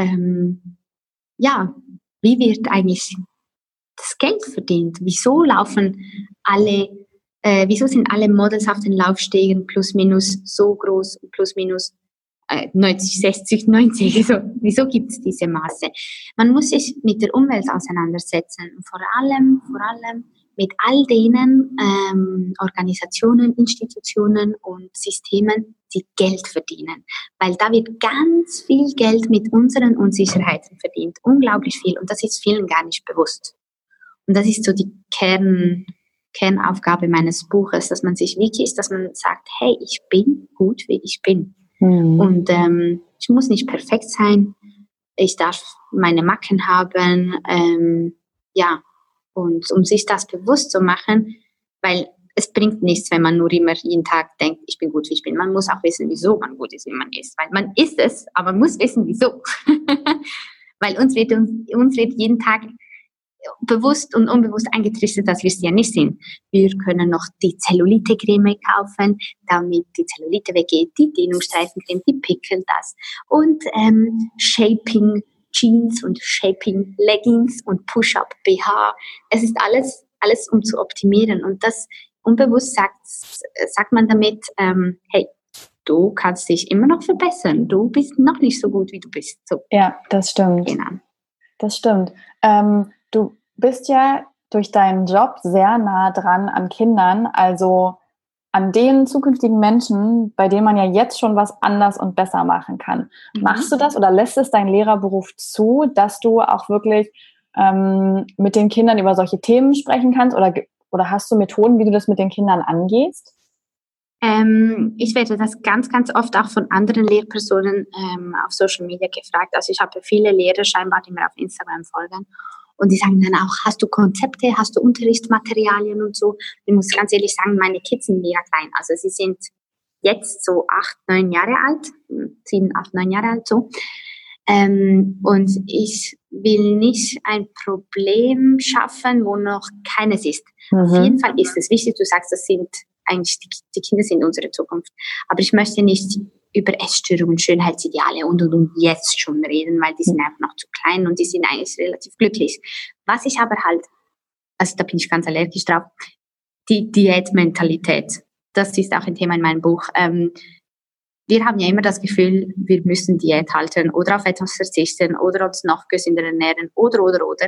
Wie wird eigentlich das Geld verdient? Wieso sind alle Models auf den Laufstegen plus minus so groß und plus minus 90, 60, 90? So, wieso gibt es diese Maße? Man muss sich mit der Umwelt auseinandersetzen. Vor allem mit all denen Organisationen, Institutionen und Systemen, die Geld verdienen. Weil da wird ganz viel Geld mit unseren Unsicherheiten verdient. Unglaublich viel. Und das ist vielen gar nicht bewusst. Und das ist so die Kernaufgabe meines Buches, dass man sich wirklich, dass man sagt, hey, ich bin gut, wie ich bin. Und ich muss nicht perfekt sein. Ich darf meine Macken haben. Und um sich das bewusst zu machen, weil es bringt nichts, wenn man nur immer jeden Tag denkt, ich bin gut, wie ich bin. Man muss auch wissen, wieso man gut ist, wie man ist. Weil man ist es, aber man muss wissen, wieso. Weil uns wird jeden Tag bewusst und unbewusst eingetrichtert, dass wir es ja nicht sind. Wir können noch die Zellulite-Creme kaufen, damit die Zellulite weggeht, die Dehnungsstreifen-Creme, die Pickel, das. Und Shaping Jeans und Shaping Leggings und Push-Up BH. Es ist alles um zu optimieren. Und das unbewusst sagt man damit, hey, du kannst dich immer noch verbessern. Du bist noch nicht so gut, wie du bist. So. Ja, das stimmt. Genau. Das stimmt. Du bist ja durch deinen Job sehr nah dran an Kindern, also an den zukünftigen Menschen, bei denen man ja jetzt schon was anders und besser machen kann. Machst du das oder lässt es dein Lehrerberuf zu, dass du auch wirklich mit den Kindern über solche Themen sprechen kannst oder hast du Methoden, wie du das mit den Kindern angehst? Ich werde das ganz, ganz oft auch von anderen Lehrpersonen auf Social Media gefragt. Also ich habe viele Lehrer scheinbar, die mir auf Instagram folgen. Und die sagen dann auch, hast du Konzepte, hast du Unterrichtsmaterialien und so. Ich muss ganz ehrlich sagen, meine Kids sind mega klein. Also sie sind jetzt so 8, 9 Jahre alt, 7, 8, 9 Jahre alt so. Und ich will nicht ein Problem schaffen, wo noch keines ist. Auf jeden Fall ist es wichtig, du sagst, das sind eigentlich die Kinder sind unsere Zukunft. Aber ich möchte nicht über Essstörungen, Schönheitsideale und jetzt schon reden, weil die sind einfach noch zu klein und die sind eigentlich relativ glücklich. Was ich aber halt, also da bin ich ganz allergisch drauf, die Diätmentalität. Das ist auch ein Thema in meinem Buch. Wir haben ja immer das Gefühl, wir müssen Diät halten oder auf etwas verzichten oder uns noch gesünder ernähren oder.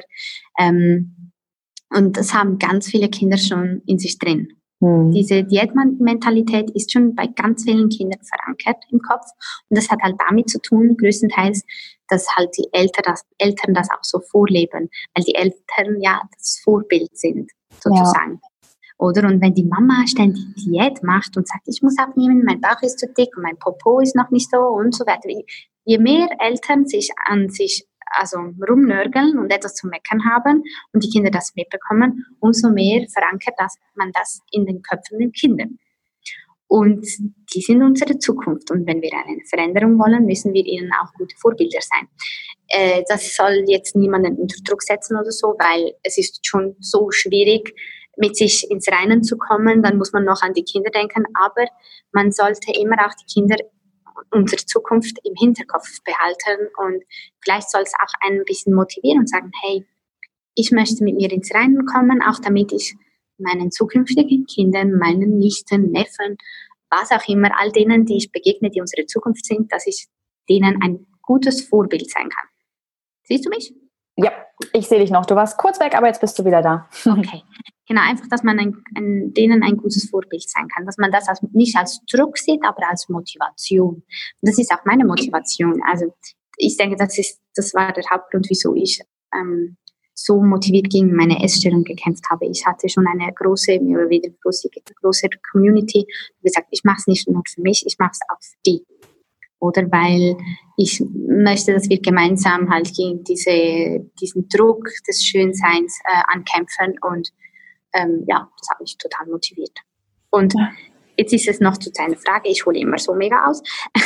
Und das haben ganz viele Kinder schon in sich drin. Diese Diätmentalität ist schon bei ganz vielen Kindern verankert im Kopf. Und das hat halt damit zu tun, größtenteils, dass halt die Eltern das auch so vorleben, weil die Eltern ja das Vorbild sind, sozusagen. Ja. Oder? Und wenn die Mama ständig Diät macht und sagt, ich muss abnehmen, mein Bauch ist zu dick und mein Popo ist noch nicht so und so weiter. Je mehr Eltern sich an sich rumnörgeln und etwas zu meckern haben und die Kinder das mitbekommen, umso mehr verankert man das in den Köpfen der Kinder. Und die sind unsere Zukunft. Und wenn wir eine Veränderung wollen, müssen wir ihnen auch gute Vorbilder sein. Das soll jetzt niemanden unter Druck setzen oder so, weil es ist schon so schwierig, mit sich ins Reinen zu kommen. Dann muss man noch an die Kinder denken. Aber man sollte immer auch die Kinder unsere Zukunft im Hinterkopf behalten und vielleicht soll es auch ein bisschen motivieren und sagen, hey, ich möchte mit mir ins Reinen kommen, auch damit ich meinen zukünftigen Kindern, meinen Nichten, Neffen, was auch immer, all denen, die ich begegne, die unsere Zukunft sind, dass ich denen ein gutes Vorbild sein kann. Siehst du mich? Ja, ich sehe dich noch. Du warst kurz weg, aber jetzt bist du wieder da. Okay. Genau, einfach, dass man denen ein gutes Vorbild sein kann, dass man das nicht als Druck sieht, aber als Motivation. Und das ist auch meine Motivation. Also ich denke, das war der Hauptgrund, wieso ich so motiviert gegen meine Essstörung gekämpft habe. Ich hatte schon eine große Community und gesagt, ich mache es nicht nur für mich, ich mache es auch für die. Oder weil ich möchte, dass wir gemeinsam halt gegen diesen Druck des Schönseins ankämpfen und das hat mich total motiviert. Und jetzt ist es noch zu deiner Frage, ich hole immer so mega aus.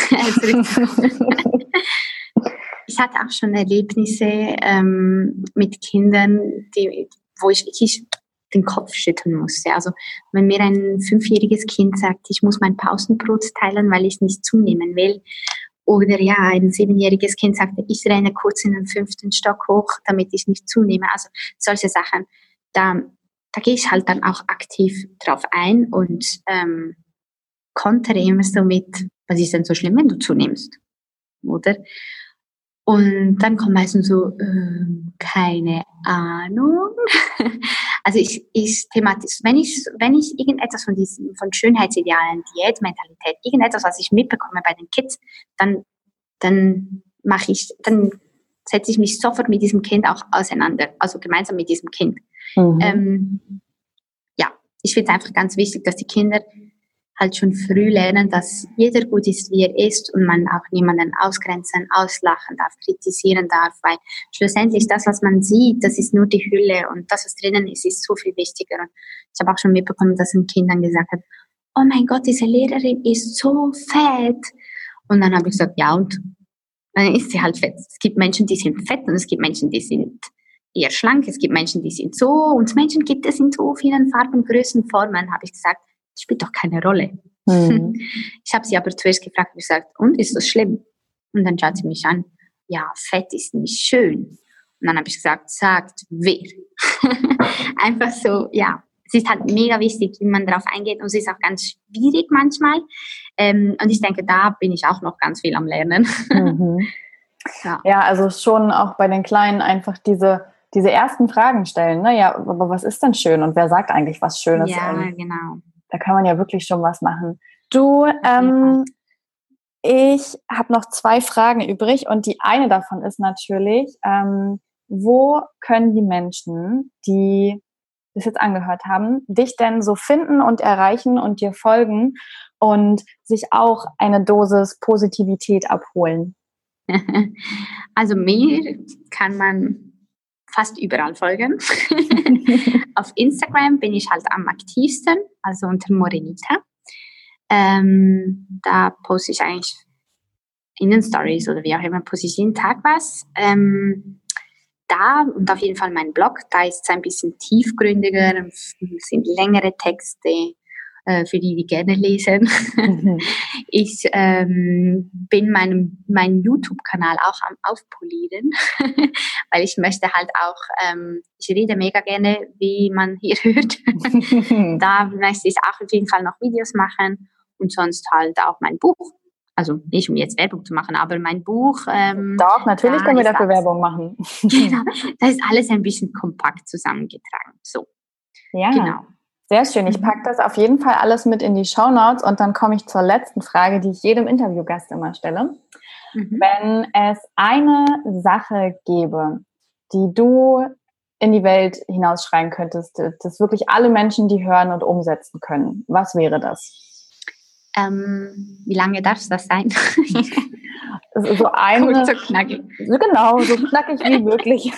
Ich hatte auch schon Erlebnisse mit Kindern, wo ich wirklich den Kopf schütteln musste. Also wenn mir ein 5-jähriges Kind sagt, ich muss mein Pausenbrot teilen, weil ich nicht zunehmen will, oder ja, ein 7-jähriges Kind sagt, ich renne kurz in den 5. Stock hoch, damit ich nicht zunehme. Also solche Sachen, da gehe ich halt dann auch aktiv drauf ein und kontere immer so mit, was ist denn so schlimm, wenn du zunimmst, oder? Und dann kommt meistens so, keine Ahnung. Also ich thematisiere, wenn ich irgendetwas von Schönheitsidealen, Diätmentalität, irgendetwas, was ich mitbekomme bei den Kids, dann setze ich mich sofort mit diesem Kind auch auseinander, also gemeinsam mit diesem Kind. Ich finde es einfach ganz wichtig, dass die Kinder halt schon früh lernen, dass jeder gut ist, wie er ist und man auch niemanden ausgrenzen, auslachen darf, kritisieren darf, weil schlussendlich das, was man sieht, das ist nur die Hülle und das, was drinnen ist, ist so viel wichtiger. Und ich habe auch schon mitbekommen, dass ein Kind dann gesagt hat, oh mein Gott, diese Lehrerin ist so fett. Und dann habe ich gesagt, ja, und dann ist sie halt fett. Es gibt Menschen, die sind fett und es gibt Menschen, die sind eher schlank. Es gibt Menschen, die sind so und Menschen gibt es in so vielen Farben, Größen, Formen, habe ich gesagt. Das spielt doch keine Rolle. Ich habe sie aber zuerst gefragt und gesagt, und ist das schlimm? Und dann schaut sie mich an, ja, Fett ist nicht schön. Und dann habe ich gesagt, sagt wer? Einfach so, ja. Es ist halt mega wichtig, wie man darauf eingeht und es ist auch ganz schwierig manchmal. Und ich denke, da bin ich auch noch ganz viel am Lernen. Ja, also schon auch bei den Kleinen einfach diese ersten Fragen stellen. Ne? Ja, aber was ist denn schön und wer sagt eigentlich was Schönes? Ja, genau. Da kann man ja wirklich schon was machen. Du, ich habe noch 2 Fragen übrig und die eine davon ist natürlich, wo können die Menschen, die das jetzt angehört haben, dich denn so finden und erreichen und dir folgen und sich auch eine Dosis Positivität abholen? Also mir kann man fast überall folgen. Auf Instagram bin ich halt am aktivsten, also unter Morenita. Da poste ich eigentlich in den Stories oder wie auch immer, poste ich jeden Tag was. Da und auf jeden Fall mein Blog, da ist es ein bisschen tiefgründiger, sind längere Texte. für die gerne lesen. Ich bin meinen YouTube-Kanal auch am Aufpolieren, weil ich möchte halt auch, ich rede mega gerne, wie man hier hört. Da möchte ich auch auf jeden Fall noch Videos machen und sonst halt auch mein Buch. Also nicht, um jetzt Werbung zu machen, aber mein Buch... Doch, natürlich können wir dafür Werbung machen. Genau, da ist alles ein bisschen kompakt zusammengetragen. So. Ja, genau. Sehr schön. Ich packe das auf jeden Fall alles mit in die Shownotes und dann komme ich zur letzten Frage, die ich jedem Interviewgast immer stelle. Wenn es eine Sache gäbe, die du in die Welt hinausschreien könntest, dass wirklich alle Menschen die hören und umsetzen können, was wäre das? Wie lange darf das sein? So eine, Kurz und knackig. Genau, so knackig wie möglich.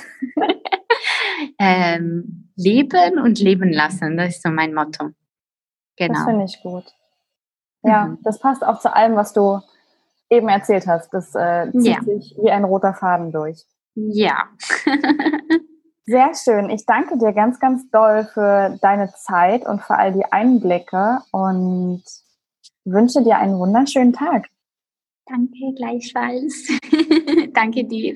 Leben und leben lassen, das ist so mein Motto. Genau. Das finde ich gut. Ja, das passt auch zu allem, was du eben erzählt hast. Das zieht sich wie ein roter Faden durch. Ja. Sehr schön. Ich danke dir ganz, ganz doll für deine Zeit und für all die Einblicke und wünsche dir einen wunderschönen Tag. Danke, gleichfalls. Danke dir.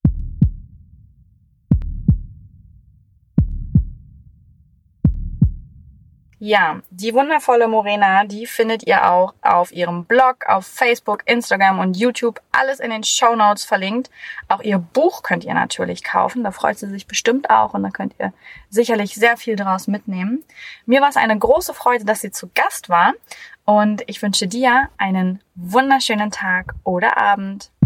Ja, die wundervolle Morena, die findet ihr auch auf ihrem Blog, auf Facebook, Instagram und YouTube. Alles in den Shownotes verlinkt. Auch ihr Buch könnt ihr natürlich kaufen. Da freut sie sich bestimmt auch und da könnt ihr sicherlich sehr viel draus mitnehmen. Mir war es eine große Freude, dass sie zu Gast war und ich wünsche dir einen wunderschönen Tag oder Abend.